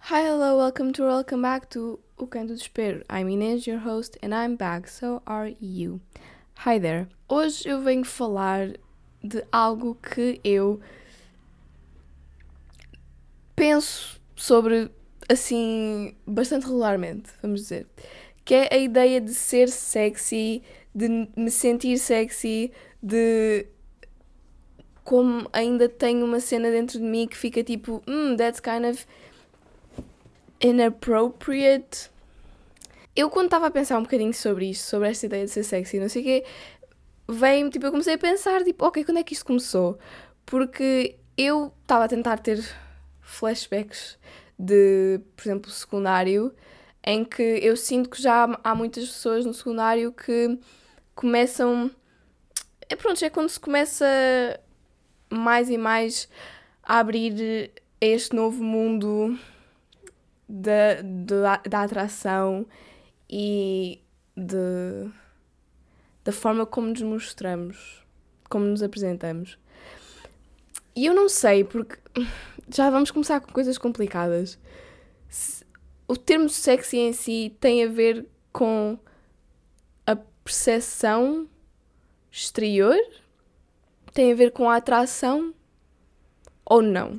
Hi, hello, welcome back to O Canto do Desespero. I'm Inês, your host, and I'm back, so are you. Hi there. Hoje eu venho falar de algo que eu penso sobre, assim, bastante regularmente, vamos dizer. Que é a ideia de ser sexy, de me sentir sexy, de como ainda tenho uma cena dentro de mim que fica tipo, that's kind of inappropriate. Eu quando estava a pensar um bocadinho sobre isto, sobre esta ideia de ser sexy, não sei o quê, veio-me, tipo, eu comecei a pensar, tipo, ok, quando é que isto começou? Porque eu estava a tentar ter flashbacks de, por exemplo, secundário, em que eu sinto que já há muitas pessoas no secundário que começam... é quando se começa mais e mais a abrir este novo mundo da atração e da forma como nos mostramos, como nos apresentamos. E eu não sei, porque já vamos começar com coisas complicadas. O termo sexy em si tem a ver com a percepção exterior? Tem a ver com a atração? Ou não?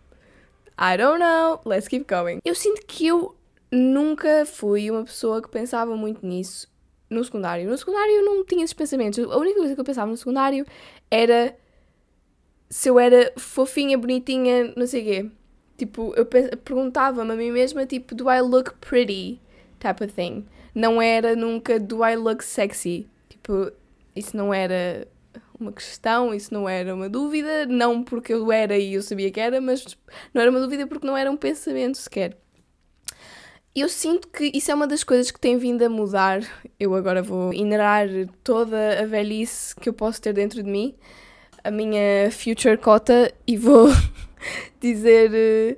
I don't know. Let's keep going. Eu sinto que eu nunca fui uma pessoa que pensava muito nisso no secundário. No secundário eu não tinha esses pensamentos. A única coisa que eu pensava no secundário era se eu era fofinha, bonitinha, não sei o quê. Tipo, eu perguntava-me a mim mesma, tipo, do I look pretty? Type of thing. Não era nunca do I look sexy? Tipo, isso não era uma questão, isso não era uma dúvida, não porque eu era e eu sabia que era, mas não era uma dúvida porque não era um pensamento sequer. Eu sinto que isso é uma das coisas que tem vindo a mudar. Eu agora vou inerar toda a velhice que eu posso ter dentro de mim, a minha future cota, e vou dizer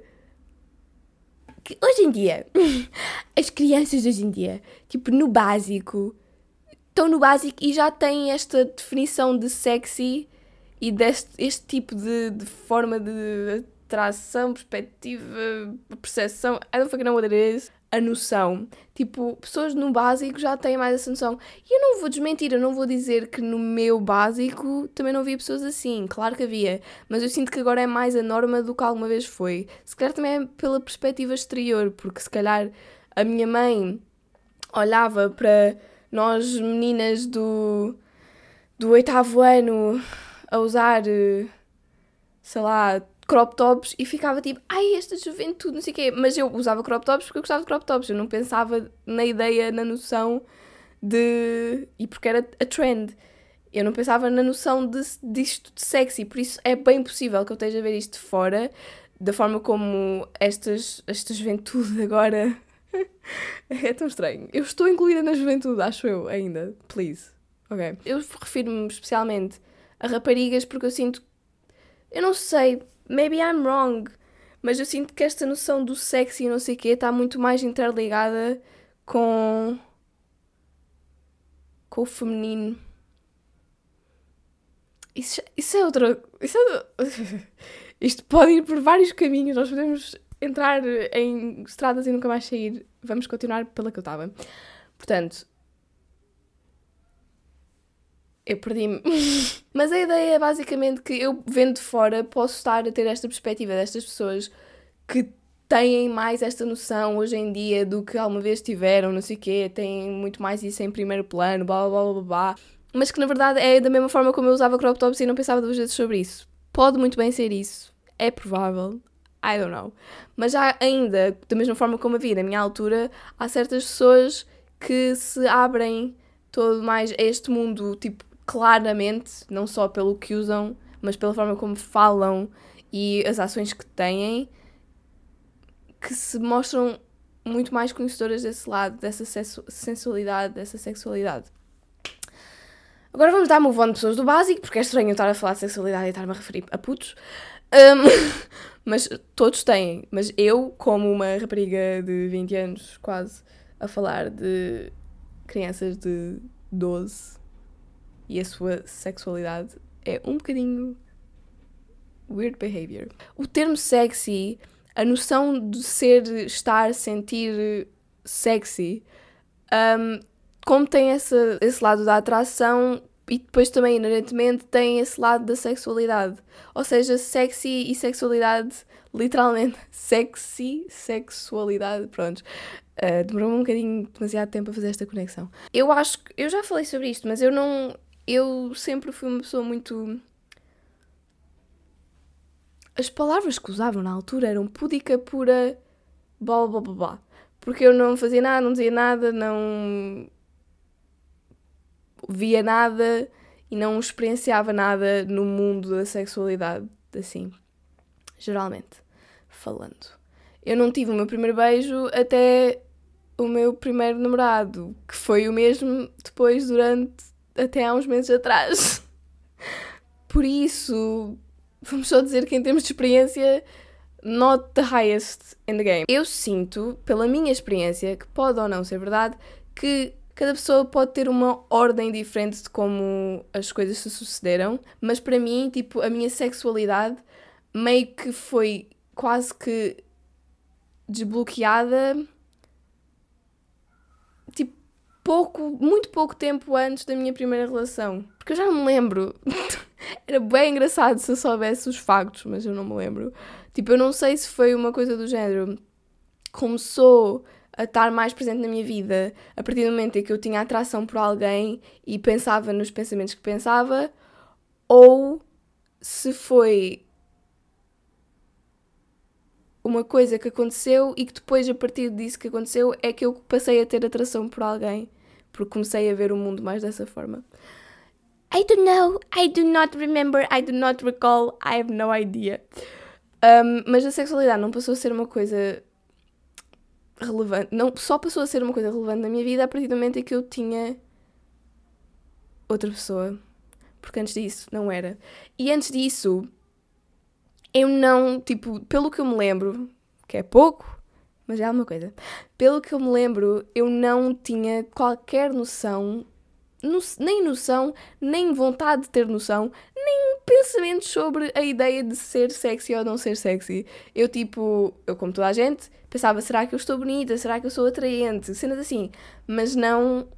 que hoje em dia, as crianças de hoje em dia, tipo, no básico, estão no básico e já têm esta definição de sexy e este tipo de forma de atração, perspectiva, percepção, I don't fucking know what it is, a noção. Tipo, pessoas no básico já têm mais essa noção. E eu não vou desmentir, eu não vou dizer que no meu básico também não havia pessoas assim, claro que havia, mas eu sinto que agora é mais a norma do que alguma vez foi. Se calhar também é pela perspectiva exterior, porque se calhar a minha mãe olhava para nós meninas do 8º ano a usar, sei lá, crop tops e ficava tipo, ai, esta juventude, não sei o quê. Mas eu usava crop tops porque eu gostava de crop tops. Eu não pensava na ideia, na noção de... E porque era a trend. Eu não pensava na noção disto de sexy. Por isso é bem possível que eu esteja a ver isto de fora, da forma como esta juventude agora... É tão estranho. Eu estou incluída na juventude, acho eu, ainda. Please. Ok. Eu refiro-me especialmente a raparigas porque eu sinto... Eu não sei, maybe I'm wrong, mas eu sinto que esta noção do sexy e não sei o quê está muito mais interligada com... com o feminino. Isso é outra... Isto pode ir por vários caminhos. Nós podemos entrar em estradas e nunca mais sair. Vamos continuar pela que eu estava. Portanto, eu perdi-me. Mas a ideia é basicamente que eu, vendo de fora, posso estar a ter esta perspectiva destas pessoas que têm mais esta noção hoje em dia do que alguma vez tiveram, não sei o quê, têm muito mais isso em primeiro plano, blá blá blá blá blá. Mas que na verdade é da mesma forma como eu usava crop tops e não pensava duas vezes sobre isso. Pode muito bem ser isso. É provável. I don't know. Mas já ainda, da mesma forma como havia na minha altura, há certas pessoas que se abrem todo mais a este mundo, tipo, claramente, não só pelo que usam, mas pela forma como falam e as ações que têm, que se mostram muito mais conhecedoras desse lado, dessa sensualidade, dessa sexualidade. Agora vamos dar move on de pessoas do básico, porque é estranho eu estar a falar de sexualidade e estar-me a referir a putos. Mas todos têm. Mas eu, como uma rapariga de 20 anos, quase, a falar de crianças de 12 e a sua sexualidade, é um bocadinho weird behavior. O termo sexy a noção de estar, sentir sexy, como tem esse lado da atração e depois também inerentemente tem esse lado da sexualidade. Ou seja, sexy e sexualidade, literalmente, sexualidade, pronto. Demorou-me um bocadinho, demasiado tempo a fazer esta conexão. Eu acho que, eu já falei sobre isto, mas eu sempre fui uma pessoa muito... As palavras que usavam na altura eram púdica, pura, blá blá blá blá. Porque eu não fazia nada, não dizia nada, não via nada e não experienciava nada no mundo da sexualidade, assim, geralmente, falando. Eu não tive o meu primeiro beijo até o meu primeiro namorado, que foi o mesmo depois, até há uns meses atrás. Por isso, vamos só dizer que em termos de experiência, not the highest in the game. Eu sinto, pela minha experiência, que pode ou não ser verdade, que cada pessoa pode ter uma ordem diferente de como as coisas se sucederam, mas para mim, tipo, a minha sexualidade meio que foi quase que desbloqueada, tipo, muito pouco tempo antes da minha primeira relação. Porque eu já não me lembro. Era bem engraçado se eu soubesse os factos, mas eu não me lembro. Tipo, eu não sei se foi uma coisa do género. Começou a estar mais presente na minha vida a partir do momento em que eu tinha atração por alguém e pensava nos pensamentos que pensava, ou se foi uma coisa que aconteceu e que depois, a partir disso que aconteceu, é que eu passei a ter atração por alguém, porque comecei a ver o mundo mais dessa forma. I don't know, I do not remember, I do not recall, I have no idea. Mas a sexualidade não passou a ser uma coisa relevante, não, só passou a ser uma coisa relevante na minha vida a partir do momento em que eu tinha outra pessoa, porque antes disso não era. E antes disso, eu não, tipo, pelo que eu me lembro, que é pouco, mas é alguma coisa, pelo que eu me lembro, eu não tinha qualquer noção, nem vontade de ter noção, nem pensamento sobre a ideia de ser sexy ou não ser sexy. Eu, como toda a gente, pensava, será que eu estou bonita? Será que eu sou atraente? Cenas assim. Mas não...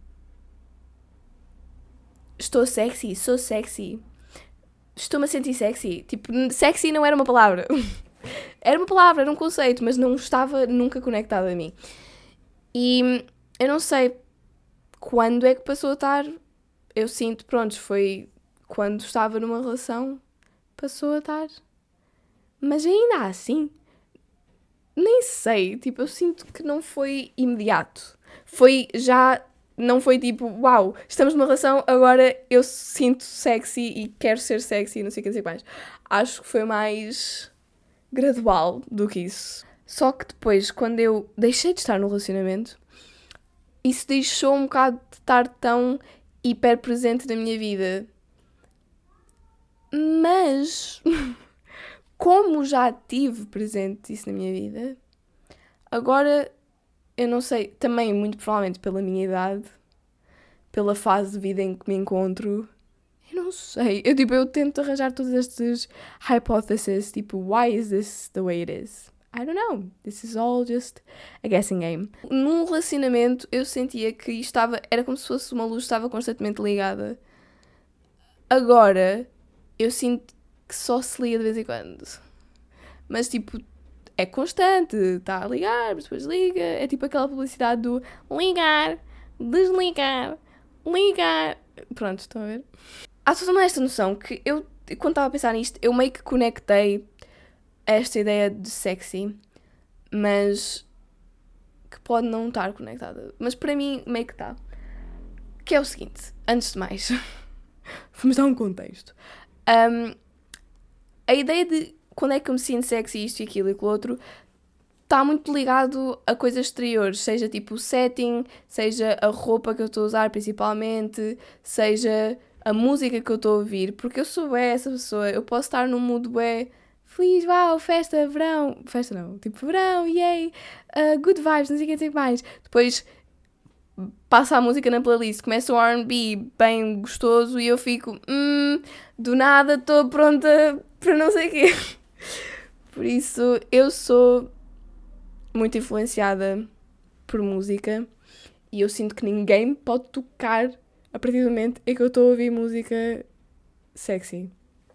Estou sexy? Sou sexy? Estou-me a sentir sexy? Tipo, sexy não era uma palavra. Era uma palavra, era um conceito, mas não estava nunca conectado a mim. E eu não sei quando é que passou a estar. Eu sinto, pronto, foi quando estava numa relação, passou a estar. Mas ainda assim, nem sei, tipo, eu sinto que não foi imediato. Não foi tipo, uau, estamos numa relação, agora eu sinto sexy e quero ser sexy, não sei o que dizer mais. Acho que foi mais gradual do que isso. Só que depois, quando eu deixei de estar no relacionamento, isso deixou um bocado de estar tão hiper presente na minha vida. Mas, como já tive presente isso na minha vida, agora, eu não sei, também muito provavelmente pela minha idade, pela fase de vida em que me encontro, eu não sei. Eu tento arranjar todas estas hypotheses, tipo, why is this the way it is? I don't know. This is all just a guessing game. Num relacionamento, eu sentia que era como se fosse uma luz que estava constantemente ligada. Agora, eu sinto que só se liga de vez em quando. Mas, tipo, é constante. Está a ligar, mas depois liga. É tipo aquela publicidade do ligar, desligar, ligar. Pronto, estão a ver? Há toda esta noção que eu, quando estava a pensar nisto, eu meio que conectei esta ideia de sexy, mas que pode não estar conectada. Mas para mim, meio que está. Que é o seguinte, antes de mais, vamos dar um contexto. A ideia de quando é que eu me sinto sexy, isto e aquilo e aquilo outro, está muito ligado a coisas exteriores, seja tipo o setting, seja a roupa que eu estou a usar principalmente, seja a música que eu estou a ouvir, porque eu sou essa pessoa, eu posso estar num mood feliz, uau, festa, verão, festa não, tipo verão, yay, good vibes, não sei o que dizer mais. Depois passa a música na playlist, começa o R&B bem gostoso e eu fico, do nada estou pronta para não sei o quê. Por isso, eu sou muito influenciada por música e eu sinto que ninguém me pode tocar a partir do momento em que eu estou a ouvir música sexy.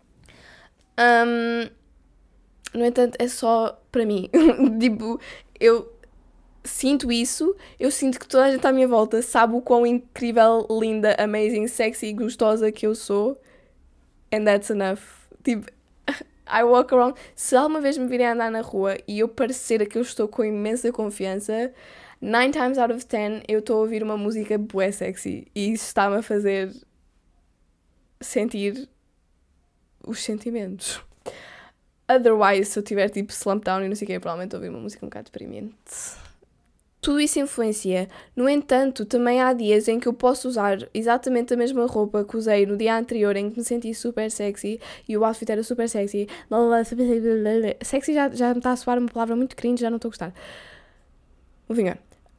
No entanto, é só para mim. Tipo, eu sinto isso, eu sinto que toda a gente à minha volta sabe o quão incrível, linda, amazing, sexy e gostosa que eu sou. And that's enough. Tipo, I walk around. Se alguma vez me virem andar na rua e eu parecer que eu estou com imensa confiança, 9 times out of 10 eu estou a ouvir uma música bué sexy e isso está-me a fazer sentir os sentimentos. Otherwise, se eu tiver tipo slump down e não sei o que, provavelmente ouvir uma música um bocado deprimente. Tudo isso influencia. No entanto, também há dias em que eu posso usar exatamente a mesma roupa que usei no dia anterior, em que me senti super sexy e o outfit era super sexy. Sexy já me está a soar uma palavra muito cringe, já não estou a gostar. Vou vingar.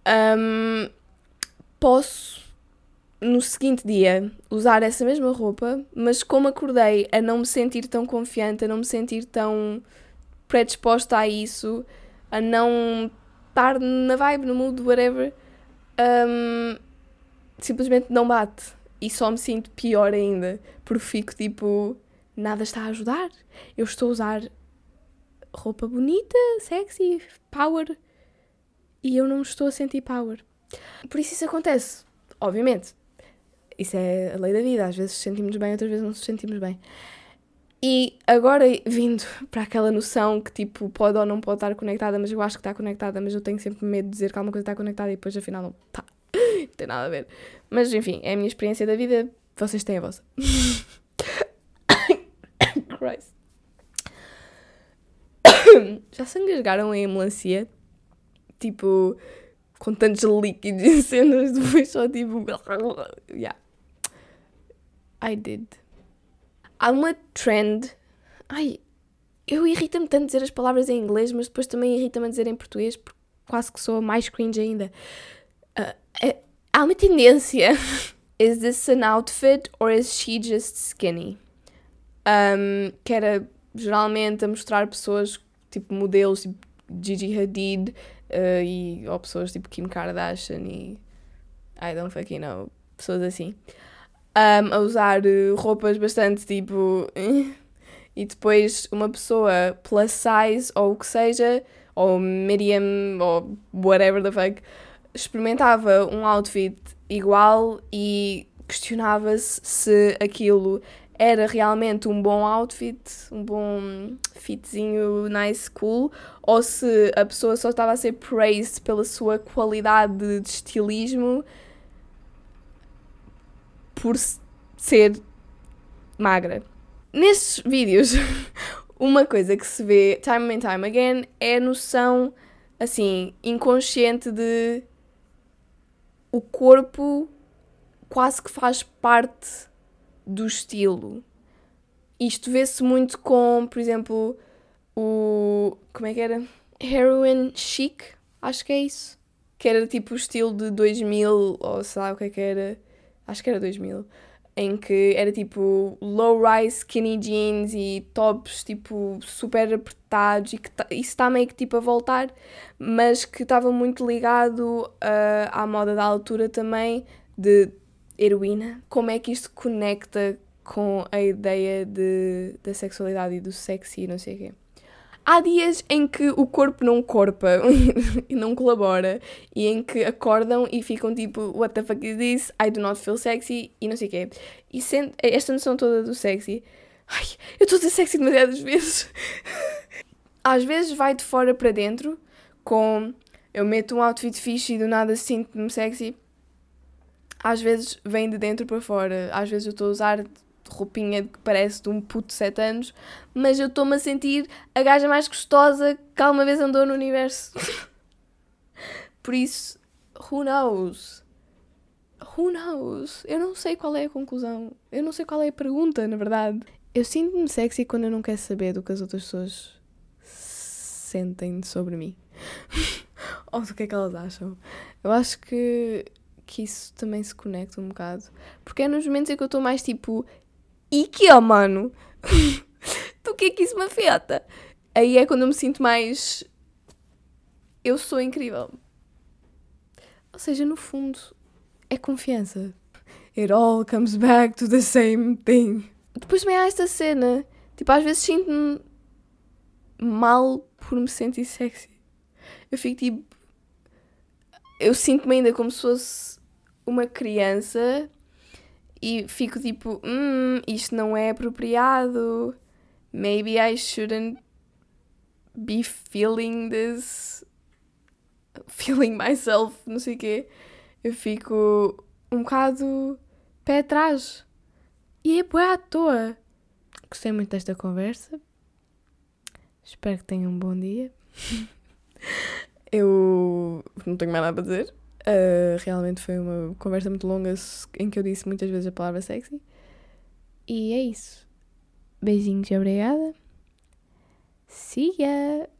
Posso, no seguinte dia, usar essa mesma roupa, mas como acordei a não me sentir tão confiante, a não me sentir tão predisposta a isso, a não estar na vibe, no mood, whatever, simplesmente não bate. E só me sinto pior ainda, porque fico tipo, nada está a ajudar. Eu estou a usar roupa bonita, sexy, power, e eu não me estou a sentir power. Por isso acontece, obviamente. Isso é a lei da vida, às vezes nos sentimos bem, outras vezes não nos sentimos bem. E agora, vindo para aquela noção que, tipo, pode ou não pode estar conectada, mas eu acho que está conectada, mas eu tenho sempre medo de dizer que alguma coisa está conectada e depois, afinal, não está. Não tem nada a ver. Mas, enfim, é a minha experiência da vida, vocês têm a vossa. Christ. Já se engasgaram em melancia? Tipo, com tantos líquidos e cenas, depois só, tipo... Yeah. I did. Há uma trend... Ai, eu irrita-me tanto dizer as palavras em inglês, mas depois também irrita-me a dizer em português, porque quase que sou mais cringe ainda. Há uma tendência. Is this an outfit or is she just skinny? Que era geralmente a mostrar pessoas, tipo modelos, tipo Gigi Hadid, ou pessoas tipo Kim Kardashian e... I don't fucking know. Pessoas assim. A usar roupas bastante tipo... E depois uma pessoa plus size, ou o que seja, ou medium, ou whatever the fuck, experimentava um outfit igual e questionava-se se aquilo era realmente um bom outfit, um bom fitzinho nice, cool, ou se a pessoa só estava a ser praised pela sua qualidade de estilismo por ser magra. Nestes vídeos, uma coisa que se vê time and time again é a noção, assim, inconsciente de o corpo quase que faz parte do estilo. Isto vê-se muito com, por exemplo, o... como é que era? Heroin chic, acho que é isso. Que era tipo o estilo de 2000, ou sei lá o que é que era. Acho que era 2000. Em que era tipo low-rise skinny jeans e tops tipo super apertados e que isso está meio que tipo a voltar, mas que estava muito ligado à moda da altura também de heroína. Como é que isto conecta com a ideia da sexualidade e do sexy e não sei o quê. Há dias em que o corpo não corpa e não colabora e em que acordam e ficam tipo what the fuck is this? I do not feel sexy e não sei o quê. E esta noção toda do sexy... Ai, eu estou a dizer sexy demasiadas vezes. Às vezes vai de fora para dentro com... Eu meto um outfit fixe e do nada sinto-me sexy. Às vezes vem de dentro para fora. Às vezes eu estou a usar roupinha que parece de um puto de 7 anos, mas eu estou-me a sentir a gaja mais gostosa que alguma vez andou no universo. Por isso, who knows? Who knows? Eu não sei qual é a conclusão. Eu não sei qual é a pergunta, na verdade. Eu sinto-me sexy quando eu não quero saber do que as outras pessoas sentem sobre mim. Ou do que é que elas acham. Eu acho que isso também se conecta um bocado. Porque é nos momentos em que eu estou mais tipo... E que, mano? Do que é que isso me afeta? aí é quando eu me sinto mais... Eu sou incrível. Ou seja, no fundo, é confiança. It all comes back to the same thing. Depois também há esta cena. Tipo, às vezes sinto-me mal por me sentir sexy. Eu fico tipo... Eu sinto-me ainda como se fosse uma criança e fico tipo, isto não é apropriado. Maybe I shouldn't be feeling this. Feeling myself, não sei o quê. Eu fico um bocado pé atrás. E é bué à toa. Gostei muito desta conversa. Espero que tenham um bom dia. Eu não tenho mais nada para dizer. Realmente foi uma conversa muito longa em que eu disse muitas vezes a palavra sexy. E é isso. Beijinhos e obrigada. See ya!